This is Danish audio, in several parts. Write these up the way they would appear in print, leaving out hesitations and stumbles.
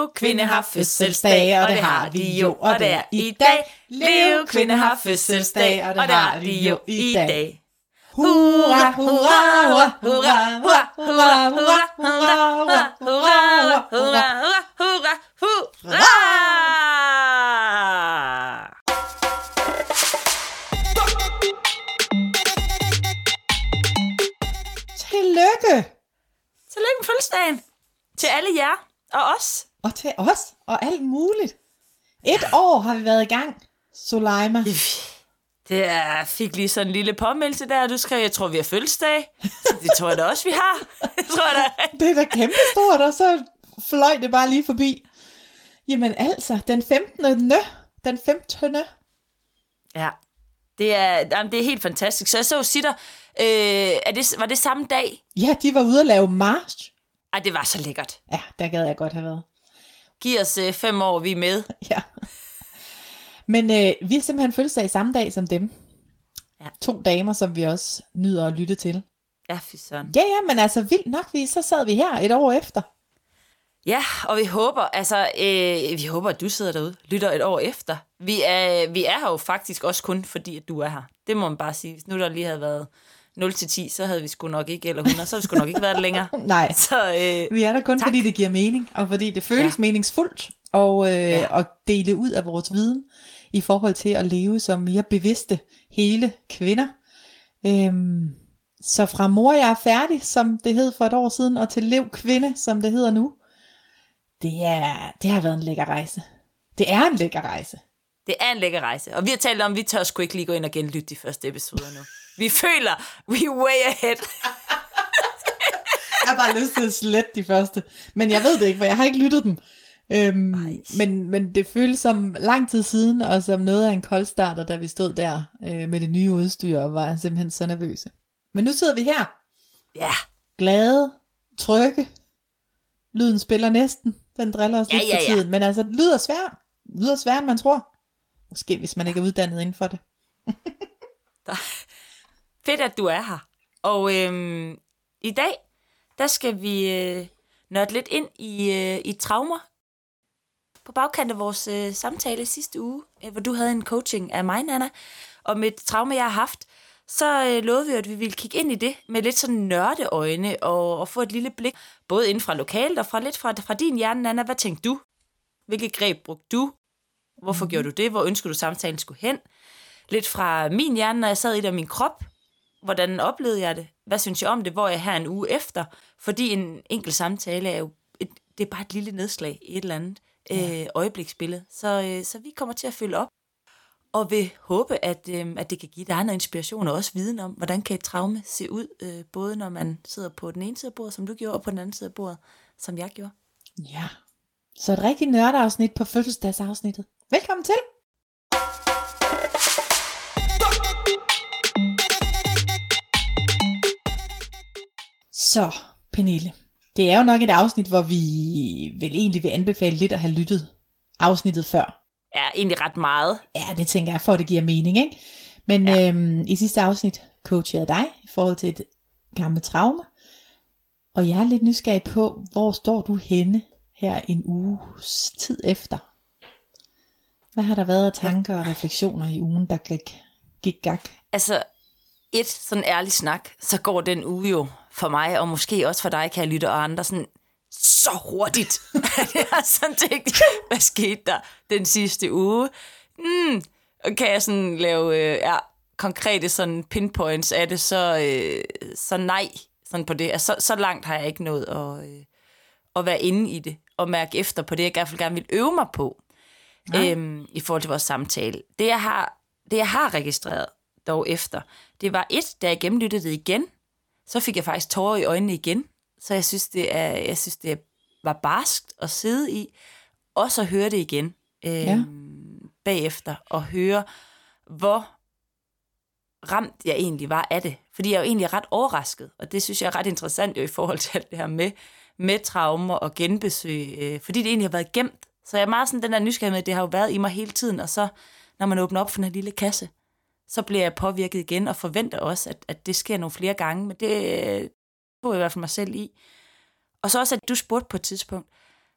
Leo kvinde har fødselsdag, og det har vi jo, og det er i dag. Leo kvinde har fødselsdag, og det har vi jo i dag. Hurra, hurra, hurra, hurra, hurra, hurra, hurra, hurra, hurra, hurra, hurra, hurra. Tillykke! Tillykke med fødselsdagen. Til alle jer og os. Og til os og alt muligt. Et år har vi været i gang, Soleima. Fik lige sådan en lille påmeldelse der, du skrev, jeg tror, vi har fødselsdag. Det tror jeg da også, vi har. Det er da kæmpe stort, og så fløj det bare lige forbi. Jamen altså, den 15. Den 15. Ja, det er helt fantastisk. Så jeg så Sitter, var det samme dag? Ja, de var ude at lave march. Ej, det var så lækkert. Ja, der gad jeg godt have været. Giv os 5 år, vi er med. Ja. Men vi har simpelthen fødselsdag samme dag som dem. Ja. 2 damer, som vi også nyder at lytte til. Ja, fy søren. Ja, men altså vildt nok, så sad vi her et år efter. Ja, og vi håber, at du sidder derude, lytter et år efter. Vi er her jo faktisk også kun fordi, at du er her. Det må man bare sige. Hvis nu der lige havde været 0-10, så havde vi sgu nok ikke, eller 100, så havde vi sgu nok ikke været det længere. Nej, så, vi er der kun tak. Fordi det giver mening, og fordi det føles meningsfuldt at dele ud af vores viden i forhold til at leve som mere bevidste hele kvinder. Så fra mor jeg er færdig, som det hed for et år siden, og til lev kvinde, som det hedder nu. Det har været en lækker rejse. Det er en lækker rejse. Det er en lækker rejse. Og vi har talt om, at vi tør sgu ikke lige gå ind og genlytte de første episoder nu. Vi føler, we way ahead. Jeg har bare lyst til at slette de første. Men jeg ved det ikke, for jeg har ikke lyttet dem. Men det føles som lang tid siden, og som noget af en koldstarter, da vi stod der med det nye udstyr, og var simpelthen så nervøse. Men nu sidder vi her. Ja. Glade, trygge. Lyden spiller næsten. Den driller os lidt for tiden. Men altså, lyder svær, end man tror. Måske, hvis man ikke er uddannet inden for det. Fedt, at du er her. Og i dag, der skal vi nørde lidt ind i traumer. På bagkant af vores samtale sidste uge, hvor du havde en coaching af mig, Nana, om et traume, jeg har haft, så lovede vi, at vi ville kigge ind i det med lidt sådan nørdeøjne og få et lille blik, både inden fra lokalet og fra din hjerne, Nana. Hvad tænkte du? Hvilke greb brugte du? Hvorfor gjorde du det? Hvor ønskede du samtalen skulle hen? Lidt fra min hjerne, når jeg sad i det, og min krop. Hvordan oplevede jeg det? Hvad synes jeg om det? Hvor er jeg her en uge efter? Fordi en enkelt samtale er jo det er bare et lille nedslag i et eller andet øjebliksbillede. Så vi kommer til at følge op og vil håbe, at det kan give dig noget inspiration og også viden om, hvordan kan et traume se ud, både når man sidder på den ene side af bordet, som du gjorde, og på den anden side af bordet, som jeg gjorde. Ja, så et rigtig nørdeafsnit på fødselsdagsafsnittet. Velkommen til! Så, Pernille, det er jo nok et afsnit, hvor vi vel egentlig vil anbefale lidt at have lyttet afsnittet før. Ja, egentlig ret meget. Ja, det tænker jeg, for at det giver mening, ikke? Men i sidste afsnit coachede jeg dig i forhold til et gammelt traume. Og jeg er lidt nysgerrig på, hvor står du henne her en uges tid efter? Hvad har der været af tanker og refleksioner i ugen, der gik gak? Altså, sådan ærlig snak, så går den uge jo for mig, og måske også for dig, kan jeg lytte, og andre sådan, så hurtigt. Jeg har sådan tænkt, hvad skete der den sidste uge? Og kan jeg sådan lave konkrete sådan pinpoints af det, så nej, sådan på det. Altså, så langt har jeg ikke nået at være inde i det, og mærke efter på det, jeg i hvert fald gerne vil øve mig på, i forhold til vores samtale. Det jeg har registreret dog efter, det var da jeg gennemlyttede det igen, så fik jeg faktisk tårer i øjnene igen. Så jeg synes, det var barskt at sidde i, og så høre det igen bagefter, og høre, hvor ramt jeg egentlig var af det. Fordi jeg er jo egentlig ret overrasket, og det synes jeg er ret interessant jo i forhold til alt det her med traumer og genbesøg, fordi det egentlig har været gemt. Så jeg er meget sådan den der nysgerrighed med, det har jo været i mig hele tiden, og så når man åbner op for den her lille kasse, så bliver jeg påvirket igen, og forventer også, at det sker nogle flere gange, men det tror jeg i hvert fald mig selv i. Og så også, at du spurgte på et tidspunkt,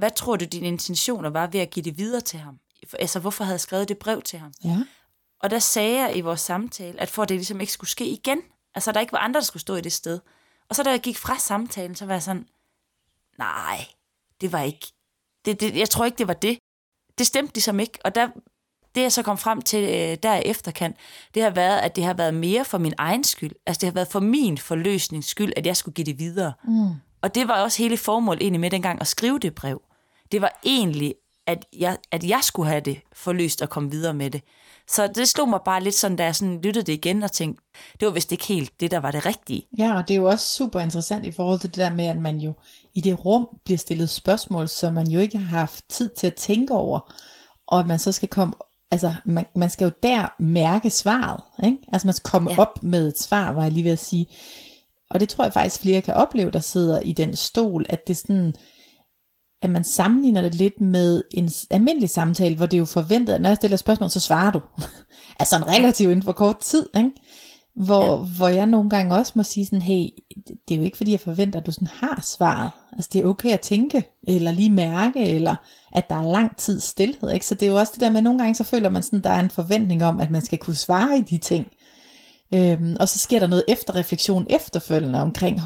hvad tror du, dine intentioner var ved at give det videre til ham? Altså, hvorfor havde jeg skrevet det brev til ham? Ja. Og der sagde jeg i vores samtale, at for at det ligesom ikke skulle ske igen, altså der ikke var andre, der skulle stå i det sted. Og så da jeg gik fra samtalen, så var jeg sådan, nej, det var ikke, jeg tror ikke, det var det. Det stemte ligesom ikke, og det jeg så kom frem til der i efterkant, det har været, at det har været mere for min egen skyld. Altså det har været for min forløsnings skyld, at jeg skulle give det videre. Og det var også hele formålet egentlig med dengang at skrive det brev. Det var egentlig, at jeg skulle have det forløst og komme videre med det. Så det slog mig bare lidt sådan, da jeg sådan lyttede det igen og tænkte, det var vist ikke helt det, der var det rigtige. Ja, og det er jo også super interessant i forhold til det der med, at man jo i det rum bliver stillet spørgsmål, som man jo ikke har haft tid til at tænke over, og at man så skal komme, altså man skal jo der mærke svaret, ikke? Altså man skal komme op med et svar, var jeg lige ved at sige. Og det tror jeg faktisk flere kan opleve, der sidder i den stol, at det er sådan, at man sammenligner det lidt med en almindelig samtale, hvor det er jo forventet, at når jeg stiller spørgsmål, så svarer du. Altså en relativt inden for kort tid, ikke? Hvor jeg nogle gange også må sige sådan, hey, det er jo ikke fordi jeg forventer, at du sådan har svaret. Altså det er okay at tænke, eller lige mærke, eller at der er lang tid stillhed, ikke? Så det er jo også det der med, at nogle gange så føler man sådan, at der er en forventning om, at man skal kunne svare i de ting. Og så sker der noget efterreflektion efterfølgende omkring,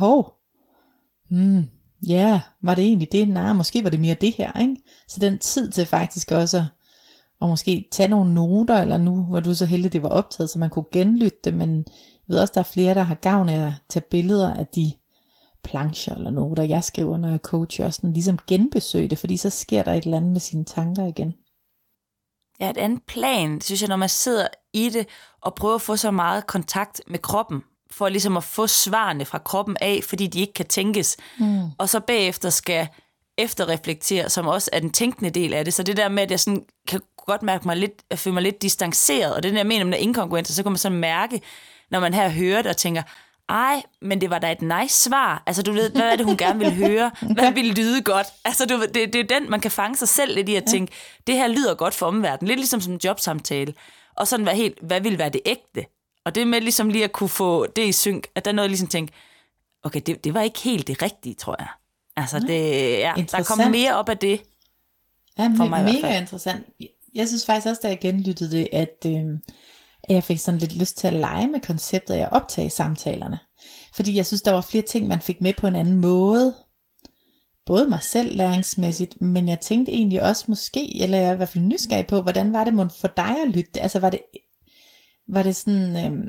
var det egentlig det? Nej, måske var det mere det her, ikke? Så den tid til faktisk også at måske tage nogle noter, eller nu var du så heldig, det var optaget, så man kunne genlytte det, men jeg ved også, der er flere, der har gavn af at tage billeder af de plancher eller noter, jeg skriver, når jeg coacher, og sådan ligesom genbesøge det, fordi så sker der et eller andet med sine tanker igen. Ja, et andet plan, synes jeg, når man sidder i det, og prøver at få så meget kontakt med kroppen, for ligesom at få svarene fra kroppen af, fordi de ikke kan tænkes, og så bagefter skal efterreflektere, som også er den tænkende del af det. Så det der med, at jeg sådan kan godt mærke mig lidt, at føle mig lidt distanceret, og det der jeg mener med inkongruenser, så kan man sådan mærke, når man her hører det og tænker, ej, men det var da et nice svar. Altså du ved, hvad er det, hun gerne vil høre? Hvad vil lyde godt? Altså du ved, det er den, man kan fange sig selv lidt i at tænke, det her lyder godt for omverdenen. Lidt ligesom en jobsamtale. Og sådan være helt, hvad vil være det ægte? Og det med ligesom lige at kunne få det i synk, at der er noget ligesom tænke, okay, det var ikke helt det rigtige, tror jeg. Altså der kommer mere op af det. Ja, for mig mega interessant. Jeg synes faktisk også, da jeg genlyttede det, at jeg fik sådan lidt lyst til at lege med konceptet af at optage samtalerne. Fordi jeg synes, der var flere ting, man fik med på en anden måde. Både mig selv læringsmæssigt, men jeg tænkte egentlig også måske, eller jeg er i hvert fald nysgerrig på, hvordan var det for dig at lytte? Altså var det sådan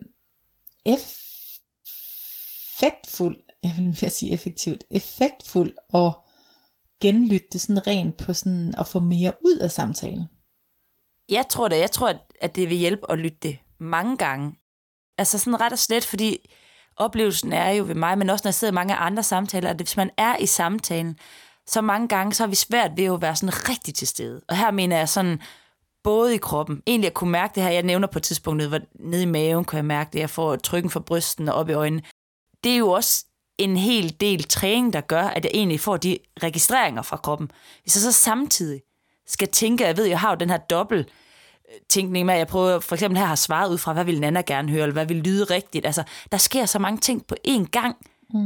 effektfuldt, jeg vil sige effektivt, effektfuldt at genlytte det sådan rent på sådan at få mere ud af samtalen? Jeg tror, at det vil hjælpe at lytte det mange gange. Altså sådan ret og slet, fordi oplevelsen er jo ved mig, men også når jeg sidder i mange andre samtaler, at hvis man er i samtalen, så mange gange, så har vi svært ved at være sådan rigtig til stede. Og her mener jeg sådan, både i kroppen, egentlig at kunne mærke det her, jeg nævner på et tidspunkt, nede i maven, kan jeg mærke det, jeg får trykken fra brysten og op i øjnene. Det er jo også en hel del træning, der gør, at jeg egentlig får de registreringer fra kroppen. Hvis jeg så samtidig skal tænke, jeg har jo den her dobbelt tænkning med, at jeg prøver, for eksempel her har svaret ud fra, hvad vil Nana gerne høre, eller hvad vil lyde rigtigt. Altså, der sker så mange ting på én gang.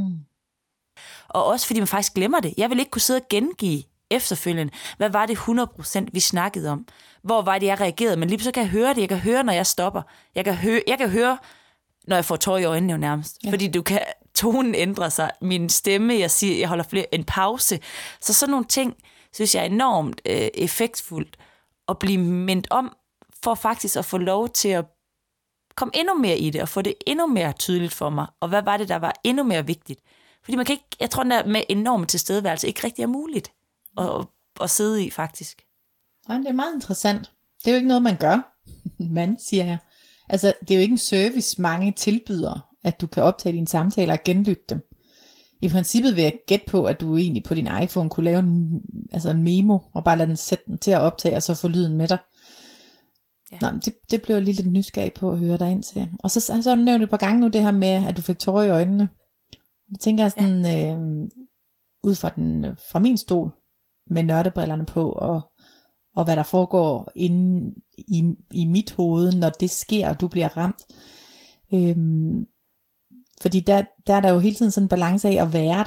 Og også fordi man faktisk glemmer det. Jeg vil ikke kunne sidde og gengive efterfølgende, hvad var det 100% vi snakkede om? Hvor var det, jeg reagerede? Men lige så kan jeg høre det. Jeg kan høre, når jeg stopper. Jeg kan høre, når jeg får tår i øjnene jo nærmest. Ja. Fordi tonen ændrer sig. Min stemme, jeg holder en pause. Så sådan nogle ting, synes jeg er enormt effektfuldt at blive mindet om, for faktisk at få lov til at komme endnu mere i det, og få det endnu mere tydeligt for mig. Og hvad var det, der var endnu mere vigtigt? Fordi man kan ikke, jeg tror, der med enorm tilstedeværelse ikke rigtig er muligt at sidde i, faktisk. Nej, det er meget interessant. Det er jo ikke noget, man gør. Man, siger jeg. Altså, det er jo ikke en service, mange tilbyder, at du kan optage dine samtaler og genlytte dem. I princippet vil jeg gætte på, at du egentlig på din iPhone kunne lave en memo, og bare lade den sætte den til at optage, og så få lyden med dig. Ja. Nå, det blev jeg lige lidt nysgerrig på at høre dig ind til. Og så har du nævnt et par gange nu det her med, at du fik tårer i øjnene. Jeg tænker sådan, ud fra min stol, med nørdebrillerne på, og hvad der foregår inde i mit hoved, når det sker, og du bliver ramt. Fordi der er der jo hele tiden sådan en balance af at være der,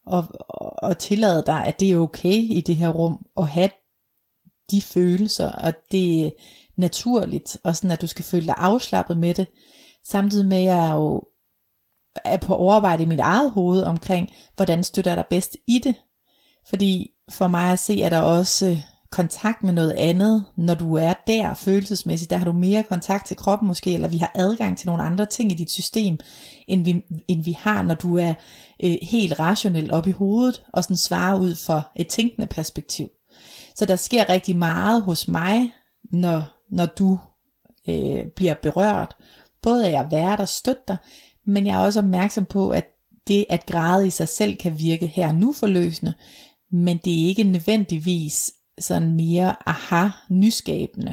og tillade dig, at det er okay i det her rum, at have de følelser, og det er naturligt, og sådan at du skal føle dig afslappet med det, samtidig med at jeg jo er på overarbejde i mit eget hoved omkring, hvordan støtter jeg dig bedst i det. Fordi for mig at se, er der også kontakt med noget andet, når du er der følelsesmæssigt. Der har du mere kontakt til kroppen måske, eller vi har adgang til nogle andre ting i dit system, end vi har, når du er helt rationelt op i hovedet, og sådan svarer ud for et tænkende perspektiv. Så der sker rigtig meget hos mig, når du bliver berørt. Både af at være der støtter, men jeg er også opmærksom på, at det at græde i sig selv kan virke her nu forløsende, men det er ikke nødvendigvis sådan mere nyskabende.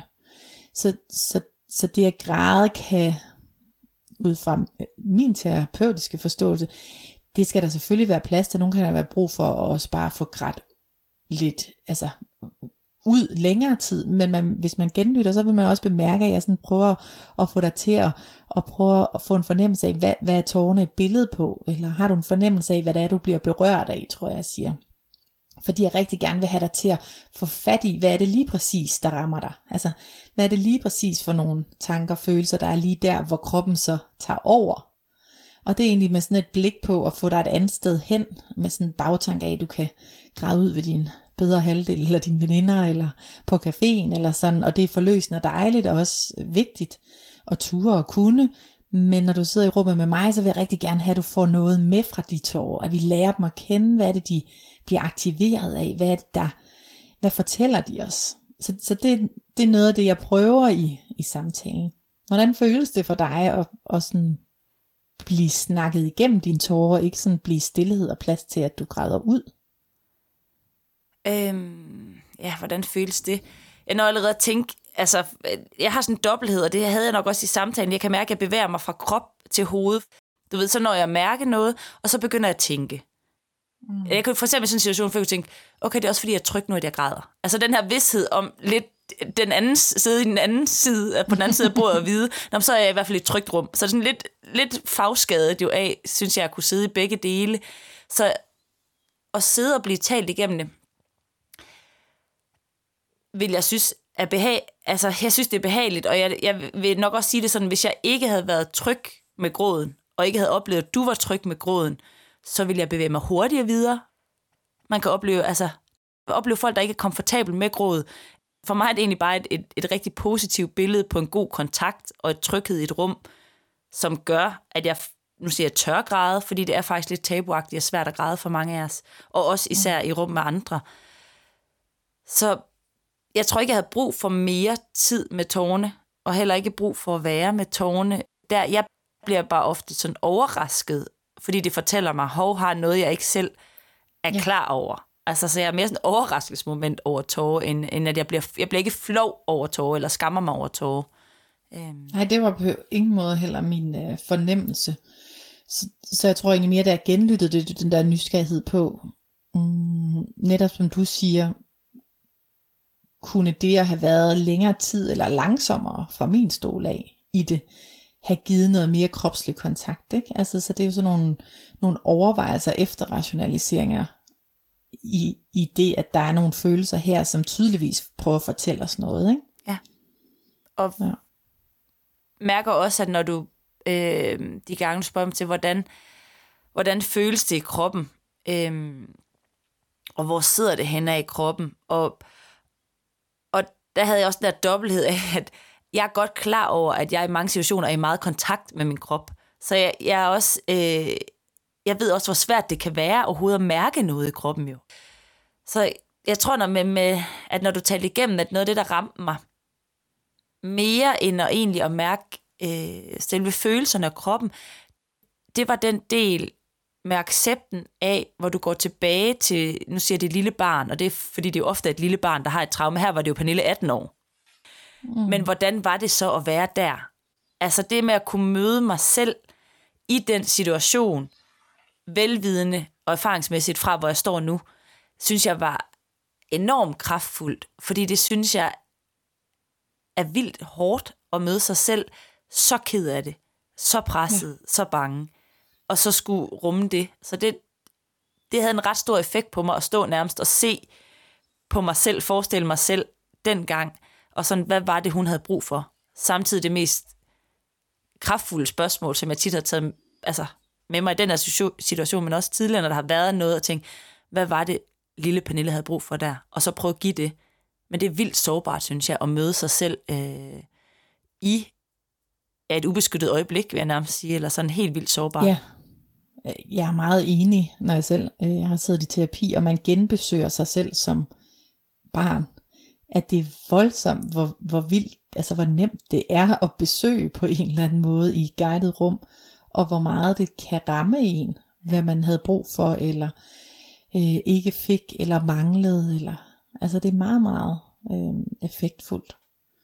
Så det at græde kan, ud fra min terapeutiske forståelse, det skal der selvfølgelig være plads til. Nogle kan der være brug for at også bare få grædt lidt, altså ud længere tid, men hvis man genlytter, så vil man også bemærke, at jeg sådan prøver at få dig til at prøve at få en fornemmelse af, hvad er tårerne et billede på, eller har du en fornemmelse af, hvad det er, du bliver berørt af, tror jeg siger. Fordi jeg rigtig gerne vil have dig til at få fat i, hvad er det lige præcis, der rammer dig. Altså, hvad er det lige præcis for nogle tanker og følelser, der er lige der, hvor kroppen så tager over. Og det er egentlig med sådan et blik på at få dig et andet sted hen, med sådan en bagtanke af, at du kan græde ud ved din bedre halvdel, eller dine veninder, eller på caféen, eller sådan. Og det er forløsende og dejligt, og også vigtigt at ture og kunne. Men når du sidder i rummet med mig, så vil jeg rigtig gerne have, at du får noget med fra de tårer. At vi lærer dem at kende, hvad er det, de bliver aktiveret af? Hvad er det, hvad fortæller de os? Så det er noget af det, jeg prøver i samtalen. Hvordan føles det for dig at sådan blive snakket igennem dine tårer, ikke sådan blive stillhed og plads til, at du græder ud? Ja, hvordan føles det? Jeg når allerede at tænke, altså, jeg har sådan en dobbelthed, og det havde jeg nok også i samtalen. Jeg kan mærke, at jeg bevæger mig fra krop til hoved. Du ved, så når jeg mærker noget, og så begynder jeg at tænke. Jeg kan for eksempel i sådan en situation, for jeg kunne tænke, okay, det er også fordi, jeg er tryg nu, at jeg græder. Altså den her vidsthed om lidt den anden side i den anden side, på den anden side af bordet og vide, så er jeg i hvert fald i et trygt rum. Så sådan lidt fagskadet jo af, synes jeg, at kunne sidde i begge dele. Så at sidde og blive talt igennem det, vil jeg synes er jeg synes, det er behageligt, og jeg vil nok også sige det sådan, hvis jeg ikke havde været tryg med gråden, og ikke havde oplevet, at du var tryg med gråden, så ville jeg bevæge mig hurtigere videre. Man kan opleve folk, der ikke er komfortabel med gråd. For mig er det egentlig bare et rigtig positivt billede på en god kontakt og et tryghed i et rum, som gør, at jeg, nu siger jeg tør græde, fordi det er faktisk lidt tabuagtigt og svært at græde for mange af os, og også især i rum med andre. Så jeg tror ikke, jeg havde brug for mere tid med tårerne, og heller ikke brug for at være med tårerne. Jeg bliver bare ofte sådan overrasket, fordi det fortæller mig, har noget, jeg ikke selv er klar over. Altså, så jeg er mere sådan et overraskelsesmoment over tårer, end at jeg bliver ikke flov over tårer, eller skammer mig over tårer. Nej, det var på ingen måde heller min fornemmelse. Så jeg tror egentlig mere, da jeg genlyttede det, den der nysgerrighed på, netop som du siger, kunne det at have været længere tid, eller langsommere fra min stol af i det, have givet noget mere kropslig kontakt, ikke? Altså, så det er jo sådan nogle overvejelser efter rationaliseringer i det, at der er nogle følelser her, som tydeligvis prøver at fortælle os noget, ikke? Ja. Og mærker også, at når du de gange spørger mig til, hvordan føles det i kroppen, og hvor sidder det henne i kroppen, og der havde jeg også den der dobbelthed af, at jeg er godt klar over, at jeg i mange situationer er i meget kontakt med min krop. Så jeg er også, jeg ved også, hvor svært det kan være overhovedet at mærke noget i kroppen jo. Så jeg tror, at når du talte igennem, at noget af det, der ramte mig, mere end at egentlig at mærke selve følelserne af kroppen, det var den del med accepten af, hvor du går tilbage til, nu siger det lille barn, og det er fordi det er jo ofte et lille barn, der har et traume. Her var det jo Pernille 18 år. Men hvordan var det så at være der? Altså det med at kunne møde mig selv i den situation, velvidende og erfaringsmæssigt fra, hvor jeg står nu, synes jeg var enormt kraftfuldt, fordi det synes jeg er vildt hårdt at møde sig selv så ked af det, så presset, så bange, og så skulle rumme det. Så det det havde en ret stor effekt på mig at stå nærmest og se på mig selv, forestille mig selv dengang, og sådan, hvad var det, hun havde brug for? Samtidig det mest kraftfulde spørgsmål, som jeg tit har taget med mig i den her situation, men også tidligere, når der har været noget, og tænke, hvad var det, lille Pernille havde brug for der? Og så prøve at give det. Men det er vildt sårbart, synes jeg, at møde sig selv i et ubeskyttet øjeblik, vil jeg nærmest sige, eller sådan helt vildt sårbart. Ja, jeg er meget enig, når jeg har siddet i terapi, og man genbesøger sig selv som barn, at det er voldsomt, hvor vildt, altså hvor nemt det er at besøge på en eller anden måde i et guidet rum, og hvor meget det kan ramme en, hvad man havde brug for, eller ikke fik, eller manglede, eller, altså det er meget, meget effektfuldt.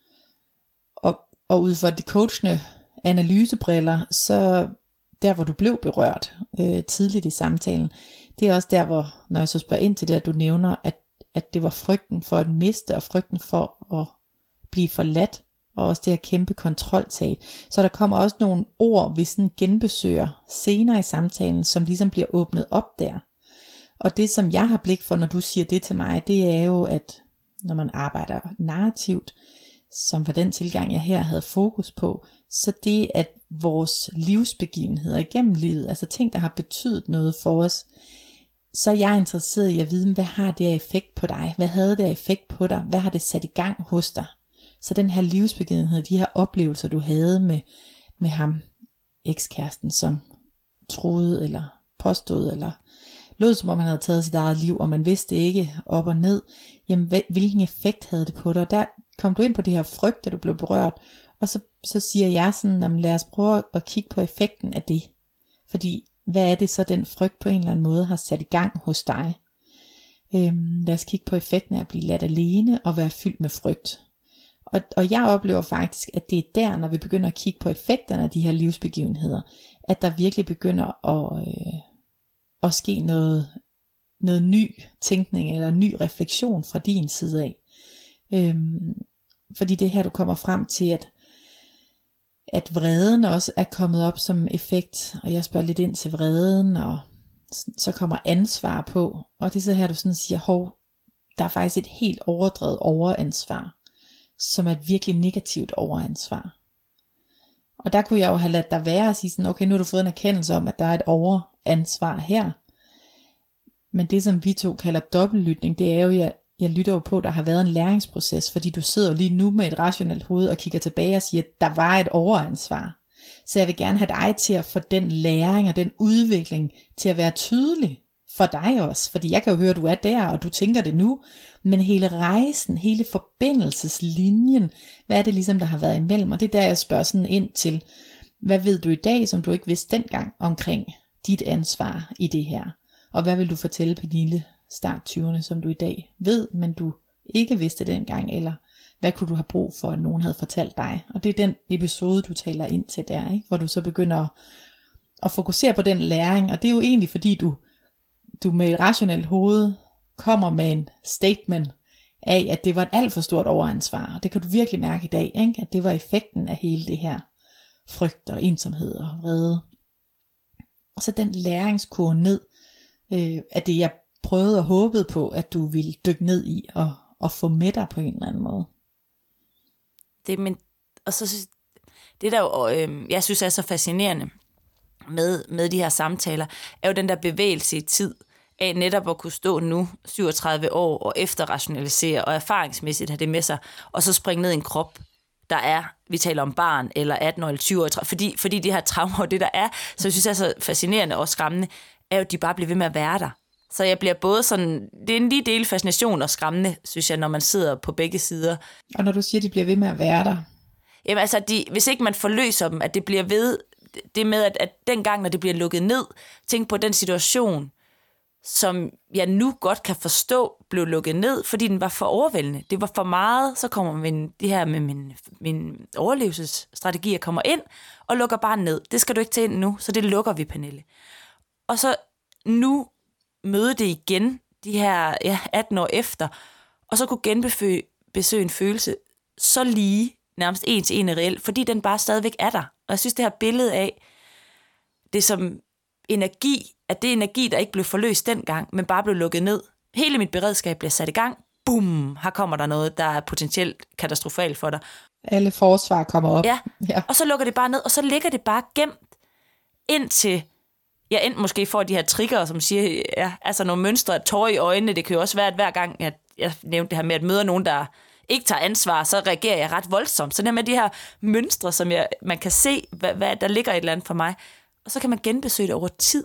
Og ud fra de coachende analysebriller, så der hvor du blev berørt tidligt i samtalen, det er også der hvor, når jeg så spørger ind til det, at du nævner, at det var frygten for at miste, og frygten for at blive forladt, og også det at kæmpe kontroltab. Så der kommer også nogle ord, vi sådan genbesøger senere i samtalen, som ligesom bliver åbnet op der. Og det som jeg har blik for, når du siger det til mig, det er jo, at når man arbejder narrativt, som var den tilgang jeg her havde fokus på, så det at vores livsbegivenheder igennem livet, altså ting der har betydet noget for os, så er jeg interesseret i at vide, hvad har det af effekt på dig? Hvad havde det af effekt på dig? Hvad har det sat i gang hos dig? Så den her livsbegivenhed, de her oplevelser du havde med ham, ekskæresten, som troede eller påstod eller lød som om han havde taget sit eget liv, og man vidste ikke op og ned, jamen hvilken effekt havde det på dig? Og der kom du ind på det her frygt, da du blev berørt, og så siger jeg sådan, jamen lad os prøve at kigge på effekten af det. Fordi hvad er det så, den frygt på en eller anden måde har sat i gang hos dig? Lad os kigge på effekten af at blive ladt alene og være fyldt med frygt. Og jeg oplever faktisk, at det er der, når vi begynder at kigge på effekterne af de her livsbegivenheder, at der virkelig begynder at ske noget ny tænkning eller ny refleksion fra din side af. Fordi det her, du kommer frem til, at vreden også er kommet op som effekt, og jeg spørger lidt ind til vreden, og så kommer ansvar på, og det er så her, du sådan siger, der er faktisk et helt overdrevet overansvar, som er et virkelig negativt overansvar. Og der kunne jeg jo have ladt dig være og sige sådan, okay, nu har du fået en erkendelse om, at der er et overansvar her. Men det, som vi to kalder dobbeltlytning, det er jo, jeg lytter jo på, at der har været en læringsproces, fordi du sidder jo lige nu med et rationelt hoved og kigger tilbage og siger, at der var et overansvar. Så jeg vil gerne have dig til at få den læring og den udvikling til at være tydelig for dig også. Fordi jeg kan jo høre, at du er der, og du tænker det nu. Men hele rejsen, hele forbindelseslinjen, hvad er det ligesom, der har været imellem? Og det er der, jeg spørger sådan ind til, hvad ved du i dag, som du ikke vidste dengang omkring dit ansvar i det her? Og hvad vil du fortælle Pernille start 20'erne, som du i dag ved, men du ikke vidste dengang, eller hvad kunne du have brug for, at nogen havde fortalt dig? Og det er den episode, du taler ind til der, ikke? Hvor du så begynder at fokusere på den læring, og det er jo egentlig fordi, du med et rationelt hoved kommer med en statement af, at det var et alt for stort overansvar, og det kan du virkelig mærke i dag, ikke? At det var effekten af hele det her frygt og ensomhed og vrede. Og så den læringskurve ned, af det jeg prøvede og håbede på, at du ville dykke ned i og få med dig på en eller anden måde. Og så det der jo, jeg synes er så fascinerende med de her samtaler, er jo den der bevægelse i tid, af netop at kunne stå nu 37 år og efterrationalisere og erfaringsmæssigt have det med sig, og så springe ned i en krop, der er, vi taler om barn, eller 18 år, eller 20 år, fordi de her traumer, det der er, så jeg synes er så fascinerende og skræmmende, er jo, at de bare bliver ved med at være der. Så jeg bliver både sådan, det er en lige del fascination og skræmmende, synes jeg, når man sidder på begge sider. Og når du siger, at de bliver ved med at være der? Jamen altså, hvis ikke man forløser dem, at det bliver ved, det med, at dengang, når det bliver lukket ned, tænk på den situation, som jeg nu godt kan forstå, blev lukket ned, fordi den var for overvældende. Det var for meget, så kommer det her med min overlevelsesstrategi, jeg kommer ind og lukker bare ned. Det skal du ikke tage ind nu, så det lukker vi, Pernille. Og så nu møde det igen, de her 18 år efter, og så kunne genbesøge en følelse så lige, nærmest en til en reelt, fordi den bare stadigvæk er der. Og jeg synes, det her billede af det, som energi, at det er energi, der ikke blev forløst dengang, men bare blev lukket ned. Hele mit beredskab bliver sat i gang. Bum, her kommer der noget, der er potentielt katastrofalt for dig. Alle forsvar kommer op. Ja, og så lukker det bare ned, og så ligger det bare gemt indtil jeg enten måske får de her trigger, som siger, ja, altså nogle mønstre af tårer i øjnene. Det kan jo også være, at hver gang jeg nævnte det her med at møde nogen, der ikke tager ansvar, så reagerer jeg ret voldsomt. Så det med de her mønstre, som man kan se, hvad der ligger et eller andet for mig, og så kan man genbesøge det over tid.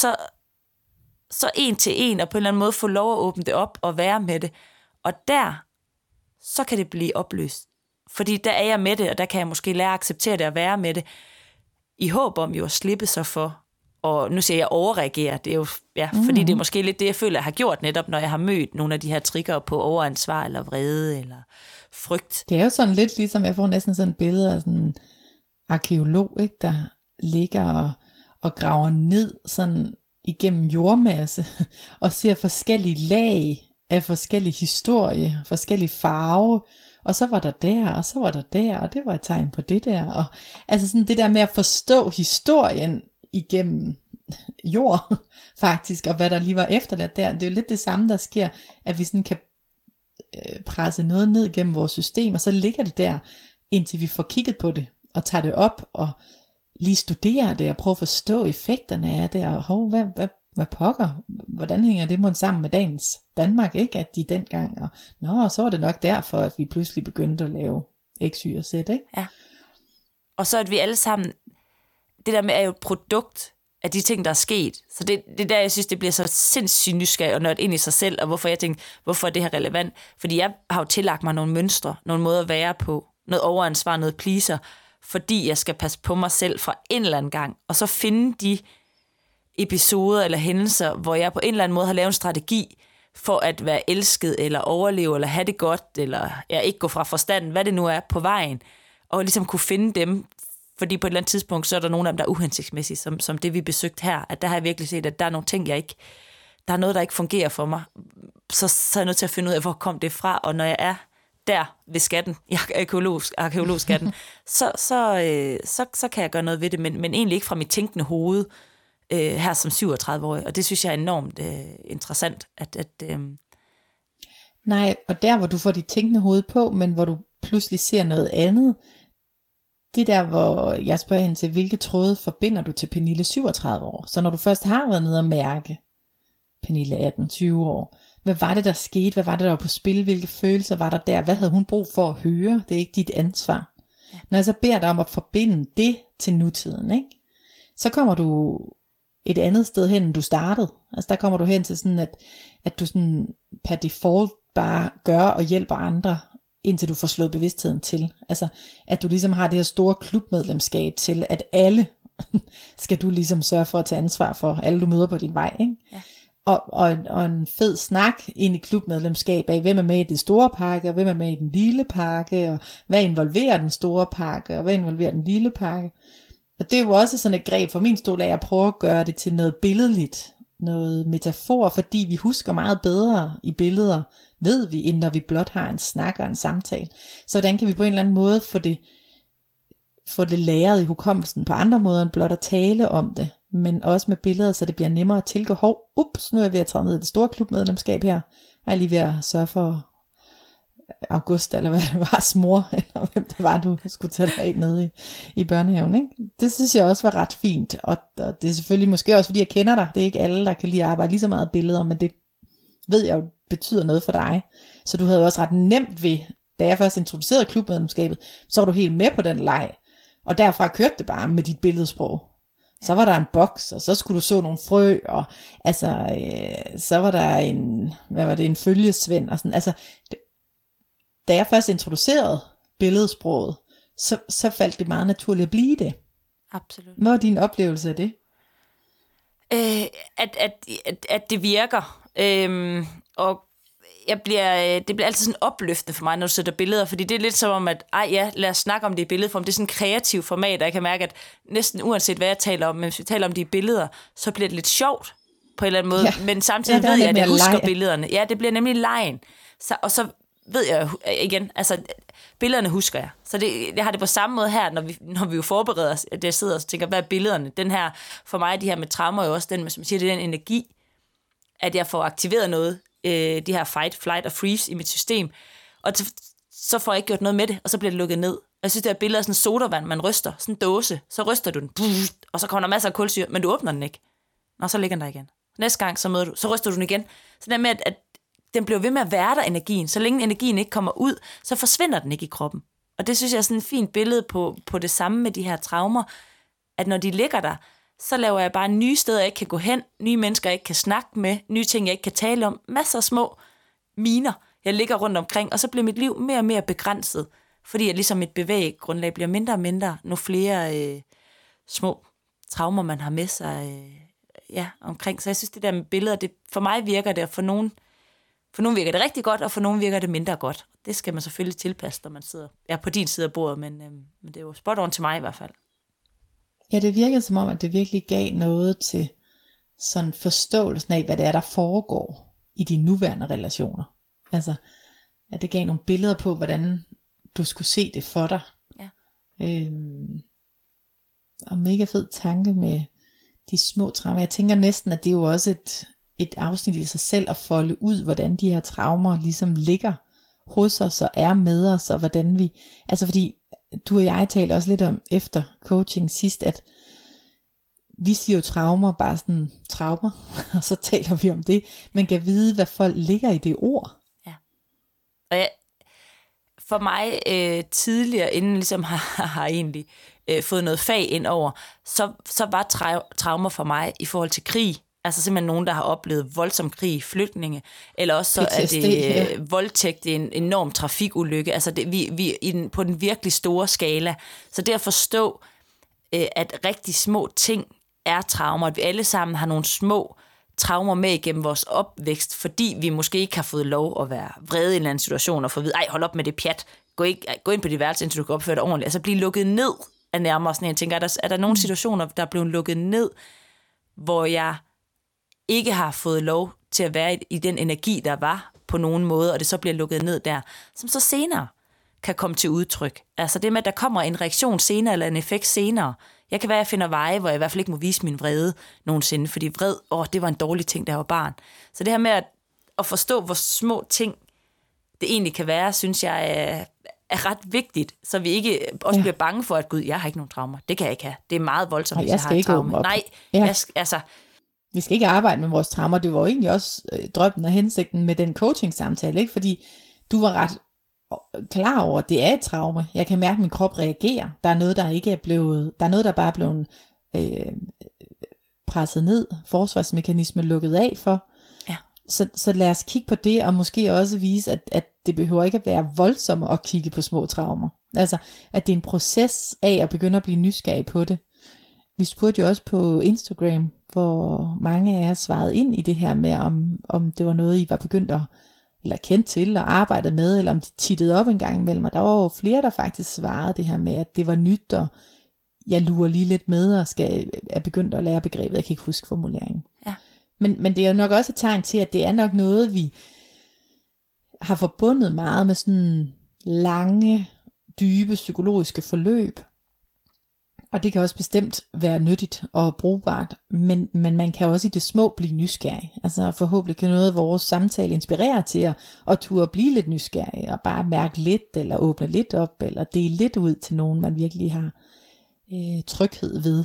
Så en til en, og på en eller anden måde få lov at åbne det op og være med det. Og så kan det blive opløst. Fordi der er jeg med det, og der kan jeg måske lære at acceptere det og være med det, i håb om jo at slippe sig for. Og nu siger jeg overreagere, det er jo, fordi det er måske lidt det, jeg føler, jeg har gjort netop, når jeg har mødt nogle af de her trigger på overansvar, eller vrede, eller frygt. Det er jo sådan lidt ligesom, jeg får næsten sådan et billede af sådan en arkeolog, ikke, der ligger og graver ned sådan igennem jordmasse, og ser forskellige lag af forskellige historie, forskellige farve, og så var der der, og så var der der, og det var et tegn på det der, og altså sådan det der med at forstå historien igennem jord, faktisk, og hvad der lige var efterladt der, det er jo lidt det samme, der sker, at vi sådan kan presse noget ned gennem vores system, og så ligger det der, indtil vi får kigget på det, og tager det op, og lige studere det, og prøve at forstå effekterne af det, og hvad pokker, hvordan hænger det mon sammen med dagens Danmark, ikke, at de dengang, og så var det nok derfor, at vi pludselig begyndte at lave X, Y og Z, ikke? Ja. Og så at vi alle sammen, det der med er jo et produkt af de ting, der er sket. Så det er der, jeg synes, det bliver så sindssygt nysgerrig og nørdet ind i sig selv, og hvorfor jeg tænkte, hvorfor er det her relevant? Fordi jeg har jo tillagt mig nogle mønstre, nogle måder at være på, noget overansvar, noget pleaser, fordi jeg skal passe på mig selv fra en eller anden gang, og så finde de episoder eller hændelser, hvor jeg på en eller anden måde har lavet en strategi for at være elsket, eller overleve, eller have det godt, eller ikke gå fra forstanden, hvad det nu er på vejen, og ligesom kunne finde dem, fordi på et eller andet tidspunkt, så er der nogle af dem, der er uhensigtsmæssige, som det vi besøgte her, at der har jeg virkelig set, at der er nogle ting, der er noget, der ikke fungerer for mig, så er jeg nødt til at finde ud af, hvor kom det fra, og når jeg er der ved skatten, i arkeologskatten, så kan jeg gøre noget ved det, men egentlig ikke fra mit tænkende hoved, her som 37-årig, og det synes jeg er enormt interessant. Nej, og der hvor du får dit tænkende hoved på, men hvor du pludselig ser noget andet, det der hvor jeg spørger hende til, hvilke tråde forbinder du til Pernille 37 år? Så når du først har været nede og mærke Pernille 18-20 år, hvad var det der skete, hvad var det der var på spil, hvilke følelser var der der, hvad havde hun brug for at høre, det er ikke dit ansvar. Ja. Når jeg så beder dig om at forbinde det til nutiden, ikke? Så kommer du et andet sted hen, end du startede. Altså der kommer du hen til sådan, at du sådan per default bare gør og hjælper andre, indtil du får slået bevidstheden til. Altså at du ligesom har det her store klubmedlemskab til, at alle skal du ligesom sørge for at tage ansvar for, alle du møder på din vej, ikke? Ja. Og en fed snak ind i klubmedlemskab af, hvem er med i det store pakke, og hvem er med i den lille pakke, og hvad involverer den store pakke, og hvad involverer den lille pakke. Og det er jo også sådan et greb for min stol af at prøve at gøre det til noget billedligt, noget metafor, fordi vi husker meget bedre i billeder, ved vi, end når vi blot har en snak og en samtale. Så hvordan kan vi på en eller anden måde få det læret i hukommelsen på andre måder end blot at tale om det, men også med billeder, så det bliver nemmere at tilgå, nu er jeg ved at træde ned i det store klubmedlemskab her, jeg er lige ved at sørge for August, eller hvad det var, mor, eller hvem det var, du skulle tage dig ind nede i børnehaven, ikke? Det synes jeg også var ret fint, og det er selvfølgelig måske også, fordi jeg kender dig, det er ikke alle, der kan lide at arbejde lige så meget billeder, men det ved jeg jo betyder noget for dig, så du havde også ret nemt ved, da jeg først introducerede klubmedlemskabet, så var du helt med på den leg, og derfra kørte det bare med dit billedsprog. Så var der en boks, og så skulle du så nogle frø, og altså, så var der en følgesvend, og sådan, altså, da jeg først introducerede billedsproget, så faldt det meget naturligt at blive det. Absolut. Hvad var din oplevelse af det? At det virker, og det bliver altid sådan opløftende for mig, når du sætter billeder, fordi det er lidt som om, at lad os snakke om det i billedform. Det er sådan en kreativ format, og jeg kan mærke, at næsten uanset hvad jeg taler om, men hvis vi taler om de billeder, så bliver det lidt sjovt på en eller anden måde, men samtidig ved jeg, at jeg husker billederne. Ja, det bliver nemlig legen. Og så ved jeg igen, altså billederne husker jeg. Så jeg har det på samme måde her, når vi jo forbereder os, at jeg sidder og tænker, hvad er billederne? Den her, for mig, de her med traumer er jo også den, som siger, det er den energi, at jeg får aktiveret noget, de her fight, flight og freeze i mit system, og så får jeg ikke gjort noget med det, og så bliver det lukket ned. Jeg synes, det er billeder af sådan en sodavand, man ryster, sådan en dåse, så ryster du den, og så kommer der masser af kulsyre, men du åbner den ikke. Nå, så ligger den der igen. Næste gang, så ryster du den igen. Så der med, at den bliver ved med at være der, energien. Så længe energien ikke kommer ud, så forsvinder den ikke i kroppen. Og det synes jeg er sådan et fint billede på det samme med de her traumer, at når de ligger der, så laver jeg bare nye steder, jeg ikke kan gå hen, nye mennesker, jeg ikke kan snakke med, nye ting, jeg ikke kan tale om, masser af små miner, jeg ligger rundt omkring, og så bliver mit liv mere og mere begrænset, fordi at ligesom mit bevægegrundlag bliver mindre og mindre, nu flere små traumer, man har med sig omkring. Så jeg synes, det der med billeder, for mig virker det, og for nogen virker det rigtig godt, og for nogen virker det mindre godt. Det skal man selvfølgelig tilpasse, når man sidder på din side af bordet, men det er jo spot on til mig i hvert fald. Ja, det virkede som om, at det virkelig gav noget til sådan forståelsen af, hvad det er, der foregår i de nuværende relationer. Altså, at det gav nogle billeder på, hvordan du skulle se det for dig. Ja. Og mega fed tanke med de små traumer. Jeg tænker næsten, at det er jo også et afsnit i sig selv at folde ud, hvordan de her traumer ligesom ligger hos os og er med os, og hvordan vi, altså fordi du og jeg talte også lidt om efter coaching sidst, at vi siger jo traumer, bare sådan traumer, og så taler vi om det, men kan vide, hvad folk ligger i det ord. Ja. Og for mig tidligere, inden ligesom har egentlig fået noget fag ind over, så var traumer for mig i forhold til krig. Altså simpelthen nogen, der har oplevet voldsom krig, flygtninge, eller også så er det voldtægt, det er en enorm trafikulykke. Altså vi på den virkelig store skala. Så det at forstå, at rigtig små ting er traumer, at vi alle sammen har nogle små traumer med igennem vores opvækst, fordi vi måske ikke har fået lov at være vrede i en eller anden situation, og få at vide, hold op med det pjat, gå ind på dit værelse, indtil du kan opføre dig ordentligt. Altså blive lukket ned af nærmere sådan en. Jeg tænker, er der nogle situationer, der er blevet lukket ned, hvor jeg ikke har fået lov til at være i den energi, der var på nogen måde, og det så bliver lukket ned der, som så senere kan komme til udtryk. Altså det med, at der kommer en reaktion senere, eller en effekt senere. Jeg kan være, at jeg finder veje, hvor jeg i hvert fald ikke må vise min vrede nogensinde, fordi det var en dårlig ting, da jeg var barn. Så det her med at forstå, hvor små ting det egentlig kan være, synes jeg er ret vigtigt, så vi ikke også bliver bange for, at Gud, jeg har ikke nogen traumer. Det kan jeg ikke have. Det er meget voldsomt, hvis jeg har et traume. Nej, vi skal ikke arbejde med vores traumer. Det var jo egentlig også drømmen og hensigten med den coaching-samtale, ikke? Fordi du var ret klar over, at det er et traume. Jeg kan mærke, at min krop reagerer. Der er noget, der ikke er blevet, der er noget, der bare er blevet presset ned, forsvarsmekanisme lukket af for. Ja. Så lad os kigge på det, og måske også vise, at det behøver ikke at være voldsomt at kigge på små traumer. Altså, at det er en proces af at begynde at blive nysgerrig på det. Vi spurgte jo også på Instagram, hvor mange af jer svarede ind i det her med, om det var noget, I var begyndt at, eller kendt til og arbejdet med, eller om de tittede op en gang imellem. Og der var jo flere, der faktisk svarede det her med, at det var nyt, og jeg lurer lige lidt med, og er begyndt at lære begrebet. Jeg kan ikke huske formuleringen. Ja. Men det er jo nok også et tegn til, at det er nok noget, vi har forbundet meget med sådan lange, dybe psykologiske forløb. Og det kan også bestemt være nyttigt og brugbart, men man kan også i det små blive nysgerrig. Altså forhåbentlig kan noget af vores samtale inspirere til at turde blive lidt nysgerrig, og bare mærke lidt, eller åbne lidt op, eller dele lidt ud til nogen, man virkelig har tryghed ved.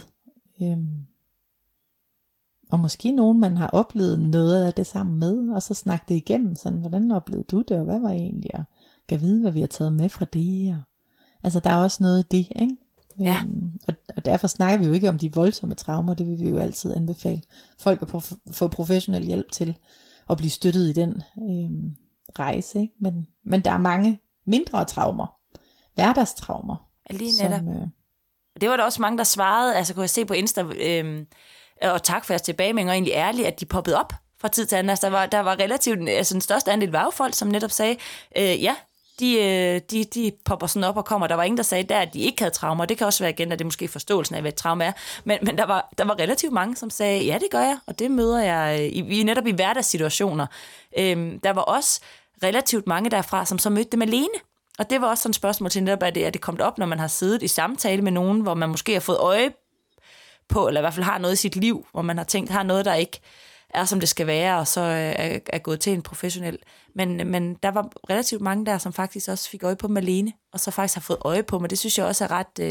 Og måske nogen, man har oplevet noget af det sammen med, og så snakke det igennem, sådan, hvordan oplevede du det, og hvad var egentlig, og kan vide, hvad vi har taget med fra det. Altså der er også noget i det, ikke? Ja. Og derfor snakker vi jo ikke om de voldsomme traumer. Det vil vi jo altid anbefale folk at få professionel hjælp til at blive støttet i den rejse, ikke? Men der er mange mindre traumer, hverdagstraumer. Lige netop. Det var der også mange, der svarede. Altså kunne jeg se på Insta, og tak for jeres tilbagemelding, og egentlig ærligt, at de poppede op fra tid til anden. Altså, der var relativt, altså den største andel var jo folk, som netop sagde, ja, de popper sådan op og kommer. Der var ingen, der sagde at de ikke havde traumer. Det kan også være igen, at det er måske forståelsen af, hvad et traume er. Men der var relativt mange, som sagde, ja, det gør jeg, og det møder jeg netop i hverdagssituationer. Der var også relativt mange derfra, som så mødte dem alene. Og det var også sådan et spørgsmål til netop, at det kommet op, når man har siddet i samtale med nogen, hvor man måske har fået øje på, eller i hvert fald har noget i sit liv, hvor man har tænkt, har noget, der ikke er, som det skal være, og så er gået til en professionel. Men der var relativt mange der, som faktisk også fik øje på dem alene, og så faktisk har fået øje på dem, og det synes jeg også er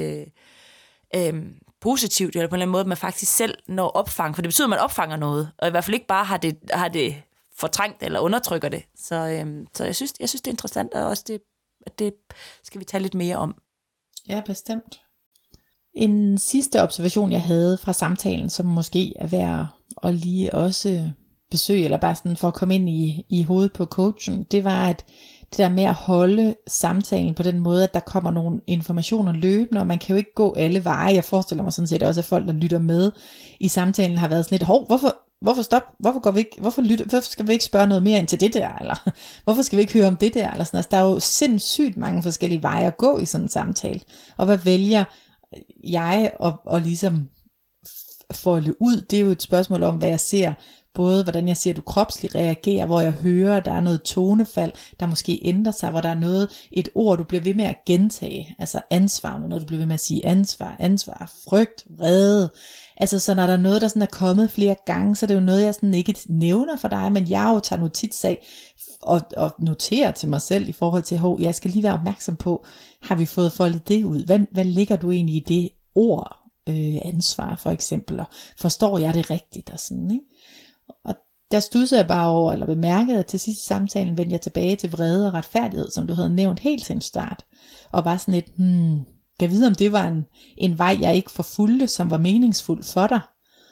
ret positivt, eller på en eller anden måde, at man faktisk selv når opfang, for det betyder, at man opfanger noget, og i hvert fald ikke bare har det fortrængt eller undertrykker det. Så jeg synes, det er interessant, og også det skal vi tale lidt mere om. Ja, bestemt. En sidste observation, jeg havde fra samtalen, som måske er værd at lige også besøge, eller bare sådan for at komme ind i hovedet på coachen, det var, at det der med at holde samtalen på den måde, at der kommer nogle informationer løbende, og man kan jo ikke gå alle veje. Jeg forestiller mig sådan set også, at folk, der lytter med i samtalen, har været sådan lidt, hvorfor stop? Hvorfor skal vi ikke spørge noget mere ind til det der? Eller hvorfor skal vi ikke høre om det der? Eller sådan. Altså, der er jo sindssygt mange forskellige veje at gå i sådan en samtale. Og hvad vælger jeg at ligesom folde ud? Det er jo et spørgsmål om, hvad jeg ser, både hvordan jeg ser, du kropsligt reagerer, hvor jeg hører, der er noget tonefald, der måske ændrer sig, hvor der er et ord, du bliver ved med at gentage, altså ansvar, noget du bliver ved med at sige ansvar, frygt, vrede. Altså så når der er noget, der sådan er kommet flere gange, så er det jo noget, jeg sådan ikke nævner for dig, men jeg jo tager notits af og noterer til mig selv i forhold til, jeg skal lige være opmærksom på, har vi fået foldet det ud? Hvad ligger du egentlig i det ord, ansvar for eksempel, og forstår jeg det rigtigt og sådan, ikke? Og der studsede jeg bare over, eller bemærkede, at til sidst i samtalen vendte jeg tilbage til vrede og retfærdighed, som du havde nævnt helt til en start. Og var sådan lidt, kan jeg vide, om det var en vej, jeg ikke forfulgte, som var meningsfuld for dig.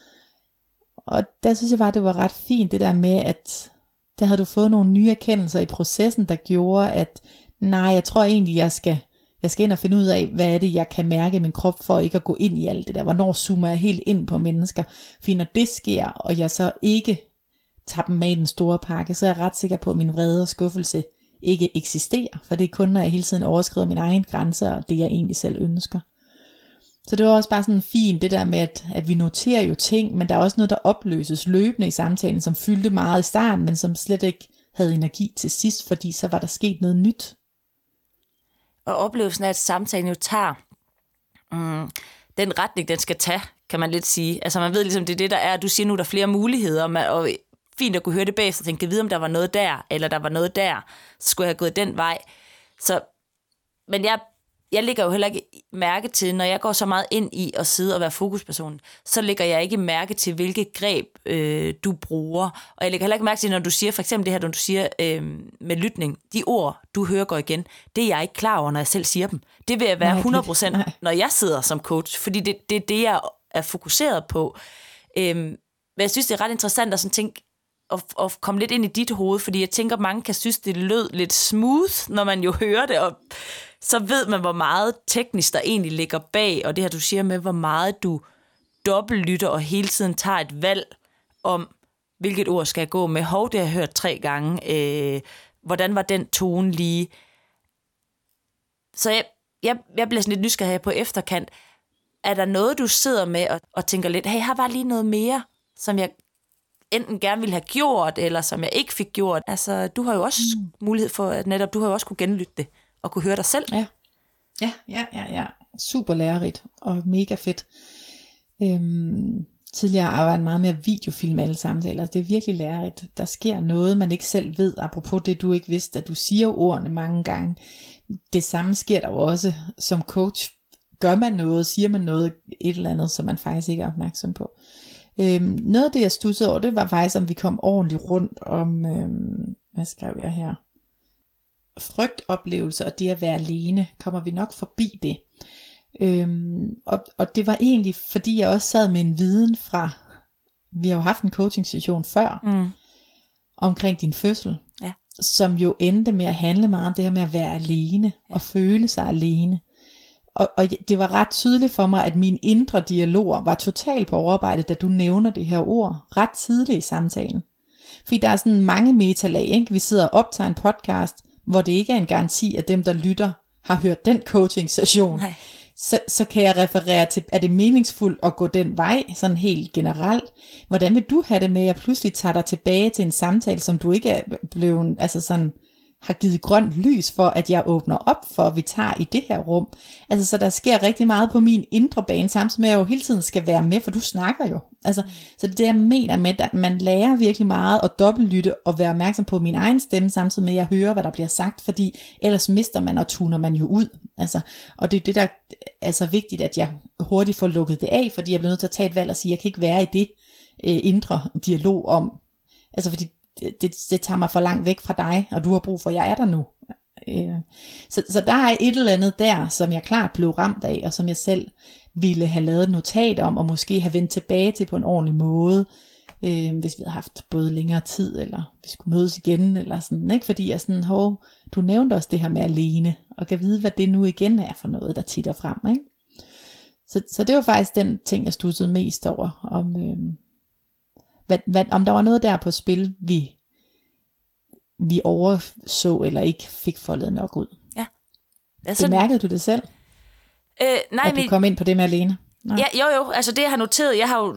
Og der synes jeg bare, det var ret fint, det der med, at der havde du fået nogle nye erkendelser i processen, der gjorde, at nej, jeg tror egentlig, jeg skal ind og finde ud af, hvad er det, jeg kan mærke i min krop, for ikke at gå ind i alt det der. Hvornår zoomer jeg helt ind på mennesker? For når det sker, og jeg så ikke tager dem med i den store pakke, så er jeg ret sikker på, at min vrede og skuffelse ikke eksisterer. For det er kun, når jeg hele tiden overskrider mine egne grænser, og det jeg egentlig selv ønsker. Så det var også bare sådan fint, det der med, at vi noterer jo ting, men der er også noget, der opløses løbende i samtalen, som fyldte meget i starten, men som slet ikke havde energi til sidst, fordi så var der sket noget nyt. Og oplevelsen af, at samtalen jo tager den retning, den skal tage, kan man lidt sige. Altså man ved ligesom, det er det, der er. Du siger nu, der er flere muligheder, og fint at kunne høre det bagefter, og tænke, vide om der var noget der, eller der var noget der, så skulle jeg have gået den vej. Så, men jeg lægger jo heller ikke mærke til, når jeg går så meget ind i at sidde og være fokuspersonen, så lægger jeg ikke mærke til, hvilke greb du bruger. Og jeg lægger heller ikke mærke til, når du siger, for eksempel det her, når du siger med lytning, de ord, du hører går igen, det er jeg ikke klar over, når jeg selv siger dem. Det vil jeg være 100%, når jeg sidder som coach, fordi det er det, jeg er fokuseret på. Men jeg synes, det er ret interessant at sådan tænke, at komme lidt ind i dit hoved, fordi jeg tænker, mange kan synes, det lød lidt smooth, når man jo hører det, og så ved man, hvor meget teknisk der egentlig ligger bag, og det her, du siger med, hvor meget du dobbeltlytter og hele tiden tager et valg om, hvilket ord skal jeg gå med. Det har jeg hørt 3 gange. Hvordan var den tone lige? Så jeg bliver sådan lidt nysgerrig her på efterkant. Er der noget, du sidder med og tænker lidt, hey, her var lige noget mere, som jeg enten gerne ville have gjort, eller som jeg ikke fik gjort? Altså, du har jo også mulighed for, at netop du har jo også kunne genlytte det, og kunne høre dig selv. Ja. Super lærerigt, og mega fedt. Tidligere arbejdede meget med at videofilme alle samtaler. Det er virkelig lærerigt. Der sker noget, man ikke selv ved, apropos det, du ikke vidste, at du siger ordene mange gange. Det samme sker der jo også som coach. Gør man noget, siger man noget, et eller andet, som man faktisk ikke er opmærksom på. Noget af det, jeg studsede over, det var faktisk, om vi kom ordentligt rundt om, hvad skrev jeg her? Frygtoplevelse og det at være alene, kommer vi nok forbi det. Og det var egentlig, fordi jeg også sad med en viden fra, vi har jo haft en coaching session før, omkring din fødsel, som jo endte med at handle meget om det her med at være alene, og føle sig alene. Og det var ret tydeligt for mig, at mine indre dialoger var totalt på overarbejde, da du nævner det her ord, ret tidligt i samtalen. Fordi der er sådan mange metalag, ikke? Vi sidder og optager en podcast, hvor det ikke er en garanti, at dem, der lytter, har hørt den coaching session. Så kan jeg referere til, er det meningsfuldt at gå den vej, sådan helt generelt? Hvordan vil du have det med, at jeg pludselig tager dig tilbage til en samtale, som du ikke er blevet, altså sådan, har givet grønt lys for, at jeg åbner op for, at vi tager i det her rum. Altså, så der sker rigtig meget på min indre bane, samtidig med, at jeg jo hele tiden skal være med, for du snakker jo. Altså, så det jeg mener med, at man lærer virkelig meget at dobbeltlytte og være opmærksom på min egen stemme, samtidig med, at jeg hører, hvad der bliver sagt, fordi ellers mister man og tuner man jo ud. Altså, og det er det, der er så vigtigt, at jeg hurtigt får lukket det af, fordi jeg bliver nødt til at tage et valg og sige, at jeg kan ikke være i det indre dialog om, altså fordi det tager mig for langt væk fra dig, og du har brug for, at jeg er der nu. Så der er et eller andet der, som jeg klart blev ramt af, og som jeg selv ville have lavet et notat om, og måske have vendt tilbage til på en ordentlig måde, hvis vi havde haft både længere tid, eller vi skulle mødes igen, eller sådan, ikke? Fordi jeg sådan, du nævnte også det her med alene, og kan vide, hvad det nu igen er for noget, der titter frem, ikke? Så det var faktisk den ting, jeg studsede mest over, om der var noget der på spil, vi overså, eller ikke fik foldet nok ud. Ja. Altså, bemærkede du det selv? Nej, at du kom ind på det med alene? Ja, jo, altså det jeg har noteret,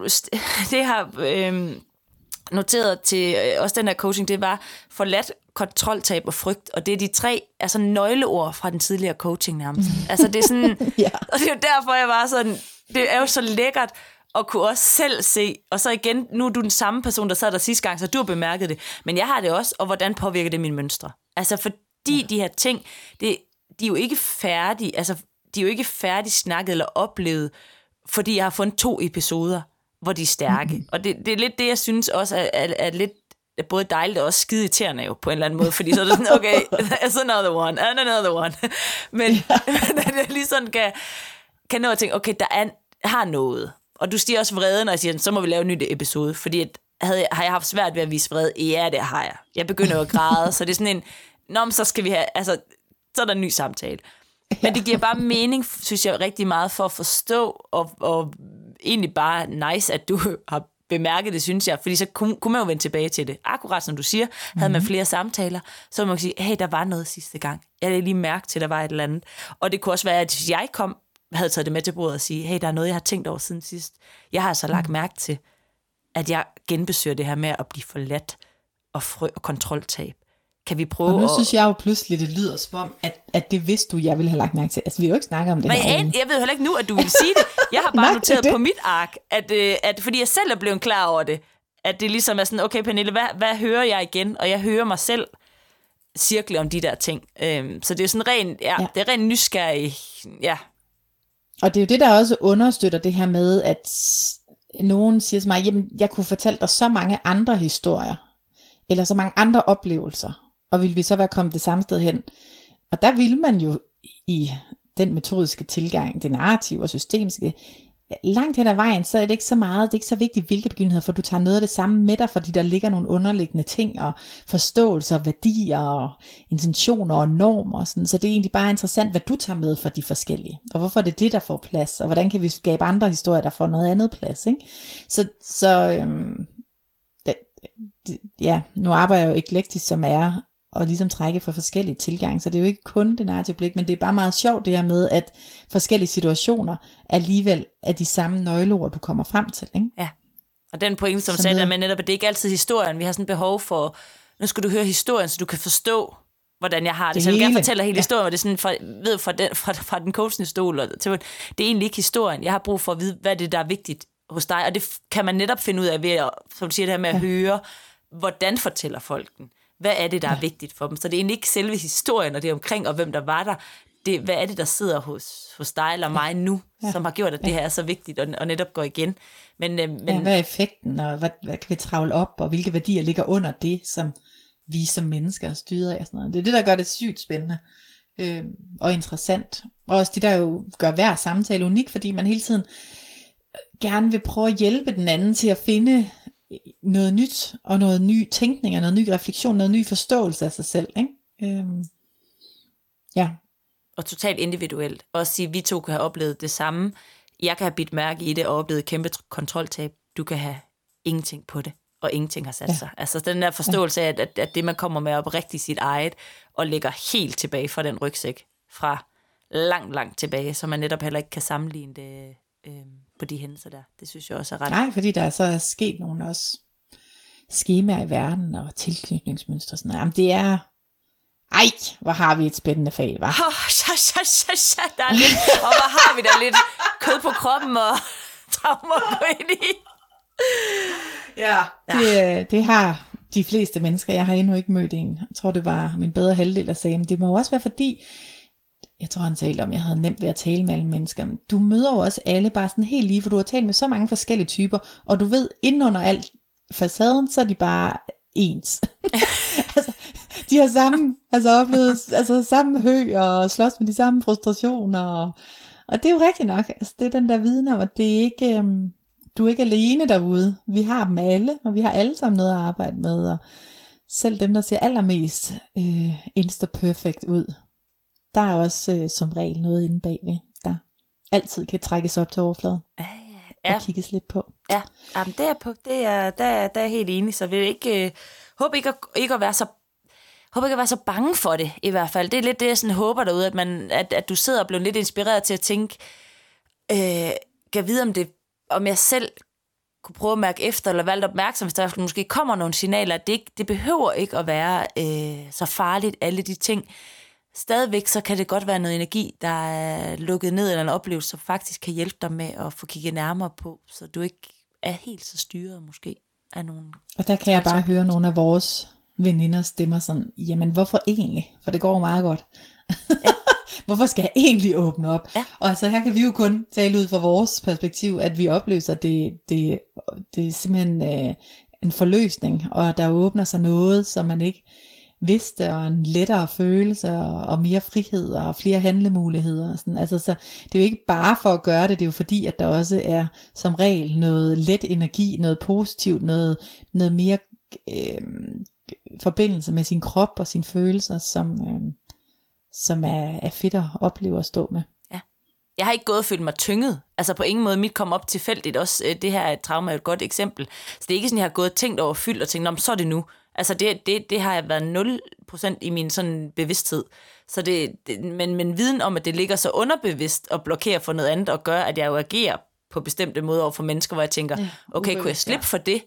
noteret til også den her coaching, det var forladt, kontroltab og frygt, og det er de 3 altså nøgleord fra den tidligere coaching nærmest. Altså det er sådan, ja. Og det er jo derfor, jeg var sådan, det er jo så lækkert at kunne også selv se, og så igen, nu er du den samme person, der sad der sidste gang, så du har bemærket det, men jeg har det også, og hvordan påvirker det mine mønstre? Altså fordi de her ting, de er jo ikke færdige, altså de er jo ikke færdig snakket eller oplevet, fordi jeg har fundet 2 episoder, hvor de er stærke. Mm-hmm. Og det er lidt det, jeg synes også er lidt både dejligt og også skide irriterende jo, på en eller anden måde, fordi så er det sådan, okay, there's another one, and another one. Men det lige sådan kan nå at tænke, okay, har noget. Og du stiger også vreden, og jeg siger, så må vi lave en ny episode, fordi har jeg haft svært ved at vise vrede? Ja, det har jeg. Jeg begynder jo at græde, så det er sådan en, så skal vi have, altså, så er der en ny samtale. Men det giver bare mening, synes jeg, rigtig meget for at forstå, og egentlig bare nice, at du har bemærket det, synes jeg, fordi så kunne man jo vende tilbage til det. Akkurat som du siger, havde man flere samtaler, så man kan sige, hey, der var noget sidste gang. Jeg havde lige mærket til, at der var et eller andet. Og det kunne også være, at hvis jeg havde taget det med til bordet og sige, hey, der er noget, jeg har tænkt over siden sidst. Jeg har altså lagt mærke til, at jeg genbesøger det her med at blive forladt og kontroltab. Kan vi prøve og nu synes jeg jo pludselig, det lyder som om, at det vidste du, jeg ville have lagt mærke til. Altså, vi har jo ikke snakket om det. Men jeg ved heller ikke nu, at du vil sige det. Jeg har bare noteret på mit ark, at fordi jeg selv er blevet klar over det, at det ligesom er sådan, okay, Pernille, hvad hører jeg igen? Og jeg hører mig selv cirkle om de der ting. Så det er sådan ren, det er ren nysgerrig, ja. Og det er jo det, der også understøtter det her med, at nogen siger til mig, jamen, jeg kunne fortælle dig så mange andre historier, eller så mange andre oplevelser, og ville vi så være kommet det samme sted hen. Og der ville man jo i den metodiske tilgang, det narrative og systemiske, langt hen ad vejen, så er det ikke så meget, det er ikke så vigtigt, hvilke begivenheder, for du tager noget af det samme med dig, fordi der ligger nogle underliggende ting, og forståelser, værdier, og intentioner og normer, og sådan. Så det er egentlig bare interessant, hvad du tager med for de forskellige, og hvorfor er det der får plads, og hvordan kan vi skabe andre historier, der får noget andet plads, ikke? Nu arbejder jeg jo eklektisk, som er og ligesom trække for forskellige tilgange, så det er jo ikke kun det narrative blik, men det er bare meget sjovt det her med, at forskellige situationer alligevel er de samme nøgleord, du kommer frem til, ikke? Ja, og den pointe, som sagde, at netop, at det ikke altid historien, vi har sådan behov for, nu skal du høre historien, så du kan forstå, hvordan jeg har det. Så jeg vil gerne fortælle hele historien, og det er sådan, fra den coachende stol, og det er egentlig ikke historien, jeg har brug for at vide, hvad det er, der er vigtigt hos dig, og det kan man netop finde ud af ved at, som du siger, det her med at høre, hvordan fortæller folk den. Hvad er det, der er vigtigt for dem? Så det er egentlig ikke selve historien, og det er omkring, og hvem der var der. Hvad er det, der sidder hos dig eller mig nu, som har gjort, at det her er så vigtigt, og netop går igen. Men hvad er effekten, og hvad kan vi travle op, og hvilke værdier ligger under det, som vi som mennesker er styret af? Og sådan noget. Det er det, der gør det sygt spændende og interessant. Og også det, der jo gør hver samtale unik, fordi man hele tiden gerne vil prøve at hjælpe den anden til at finde noget nyt, og noget ny tænkning, og noget ny refleksion, noget ny forståelse af sig selv, ikke? Ja. Og totalt individuelt. Også sige, at vi to kan have oplevet det samme. Jeg kan have bidt mærke i det, og oplevet kæmpe kontroltab. Du kan have ingenting på det, og ingenting har sat sig. Altså den der forståelse af, at det, man kommer med op rigtig sit eget, og lægger helt tilbage fra den rygsæk, fra langt tilbage, så man netop heller ikke kan sammenligne det på de hændelser der. Det synes jeg også er ret. Nej, fordi der er så sket nogle også skemaer i verden og tilknytningsmønstre og sådan noget. Jamen, Ej, hvor har vi et spændende fag, hva'? Der er lidt, og hvor har vi da lidt kød på kroppen og traumer at gå ind i. Ja. Det har de fleste mennesker. Jeg har endnu ikke mødt en. Jeg tror, det var min bedre halvdel, der sagde, men det må jo også være fordi, jeg tror, han talte om, jeg havde nemt ved at tale med alle mennesker. Du møder jo også alle bare sådan helt lige, for du har talt med så mange forskellige typer, og du ved, inden under alt facaden, så er de bare ens. Altså, de har oplevet samme hø og slås med de samme frustrationer. Og det er jo rigtigt nok. Altså, det er den der viden om, at det er ikke, du er ikke alene derude. Vi har dem alle, og vi har alle sammen noget at arbejde med. Og selv dem, der ser allermest insta-perfect ud, der er også som regel noget inde bagved, der altid kan trækkes op til overfladen. Ja. Og kigges lidt på. Ja, jamen, det er jeg helt enig, så vil jeg ikke håber ikke at være så bange for det i hvert fald. Det er lidt det, jeg sådan håber derude, at du sidder og bliver lidt inspireret til at tænke, kan vide om jeg selv kunne prøve at mærke efter, eller være lidt opmærksom, hvis der måske kommer nogle signaler, at det behøver ikke at være så farligt, alle de ting. Stadigvæk så kan det godt være noget energi, der er lukket ned, eller en oplevelse, som faktisk kan hjælpe dig med at få kigget nærmere på, så du ikke er helt så styret måske af nogen. Og der kan jeg bare høre nogle af vores veninder stemmer sådan, jamen hvorfor egentlig? For det går meget godt. Ja. Hvorfor skal jeg egentlig åbne op? Ja. Og altså her kan vi jo kun tale ud fra vores perspektiv, at vi oplever, at det er simpelthen en forløsning, og der åbner sig noget, som man ikke vidste, og en lettere følelse, og mere frihed, og flere handlemuligheder. Og sådan. Altså, så det er jo ikke bare for at gøre det, det er jo fordi, at der også er som regel noget let energi, noget positivt, noget mere forbindelse med sin krop og sine følelser, som er fedt at opleve at stå med. Ja. Jeg har ikke gået og følt mig tynget. Altså på ingen måde, mit kom op tilfældigt. Også det her trauma er et godt eksempel. Så det er ikke sådan, jeg har gået og tænkt over fyldt og tænkt, så er det nu. Altså det har jeg været 0% i min sådan bevidsthed. Så men viden om, at det ligger så underbevidst og blokerer for noget andet, og gør, at jeg jo agerer på bestemte måder over for mennesker, hvor jeg tænker, okay, kunne jeg slippe for det?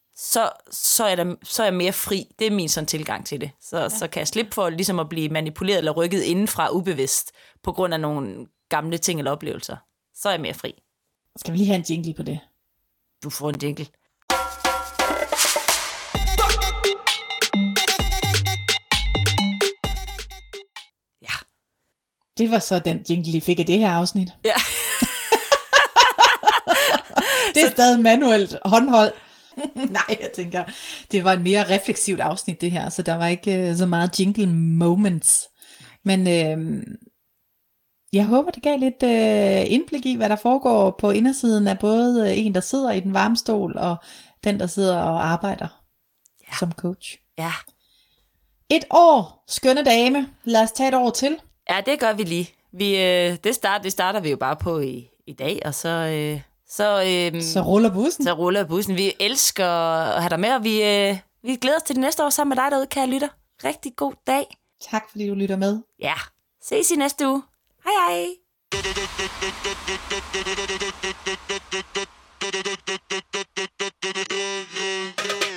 Så er jeg mere fri. Det er min sådan tilgang til det. Så kan jeg slippe for ligesom at blive manipuleret eller rykket indenfra ubevidst på grund af nogle gamle ting eller oplevelser. Så er jeg mere fri. Skal vi lige have en jingle på det? Du får en jingle. Ja. Det var så den jingle, I fik af det her afsnit. Ja. Det er stadig manuelt håndhold. Nej, jeg tænker, det var et mere refleksivt afsnit det her, så der var ikke så meget jingle moments. Men jeg håber, det gav lidt indblik i, hvad der foregår på indersiden af både en, der sidder i den varme stol, og den, der sidder og arbejder som coach. Ja. 1 år, skønne dame. Lad os tage et år til. Ja, det gør vi lige. Det starter vi jo bare på i dag, og så ruller bussen. Så ruller bussen. Vi elsker at have dig med, og vi glæder os til det næste år sammen med dig derude, kære lytter. Rigtig god dag. Tak fordi du lytter med. Ja, ses i næste uge. Hej hej.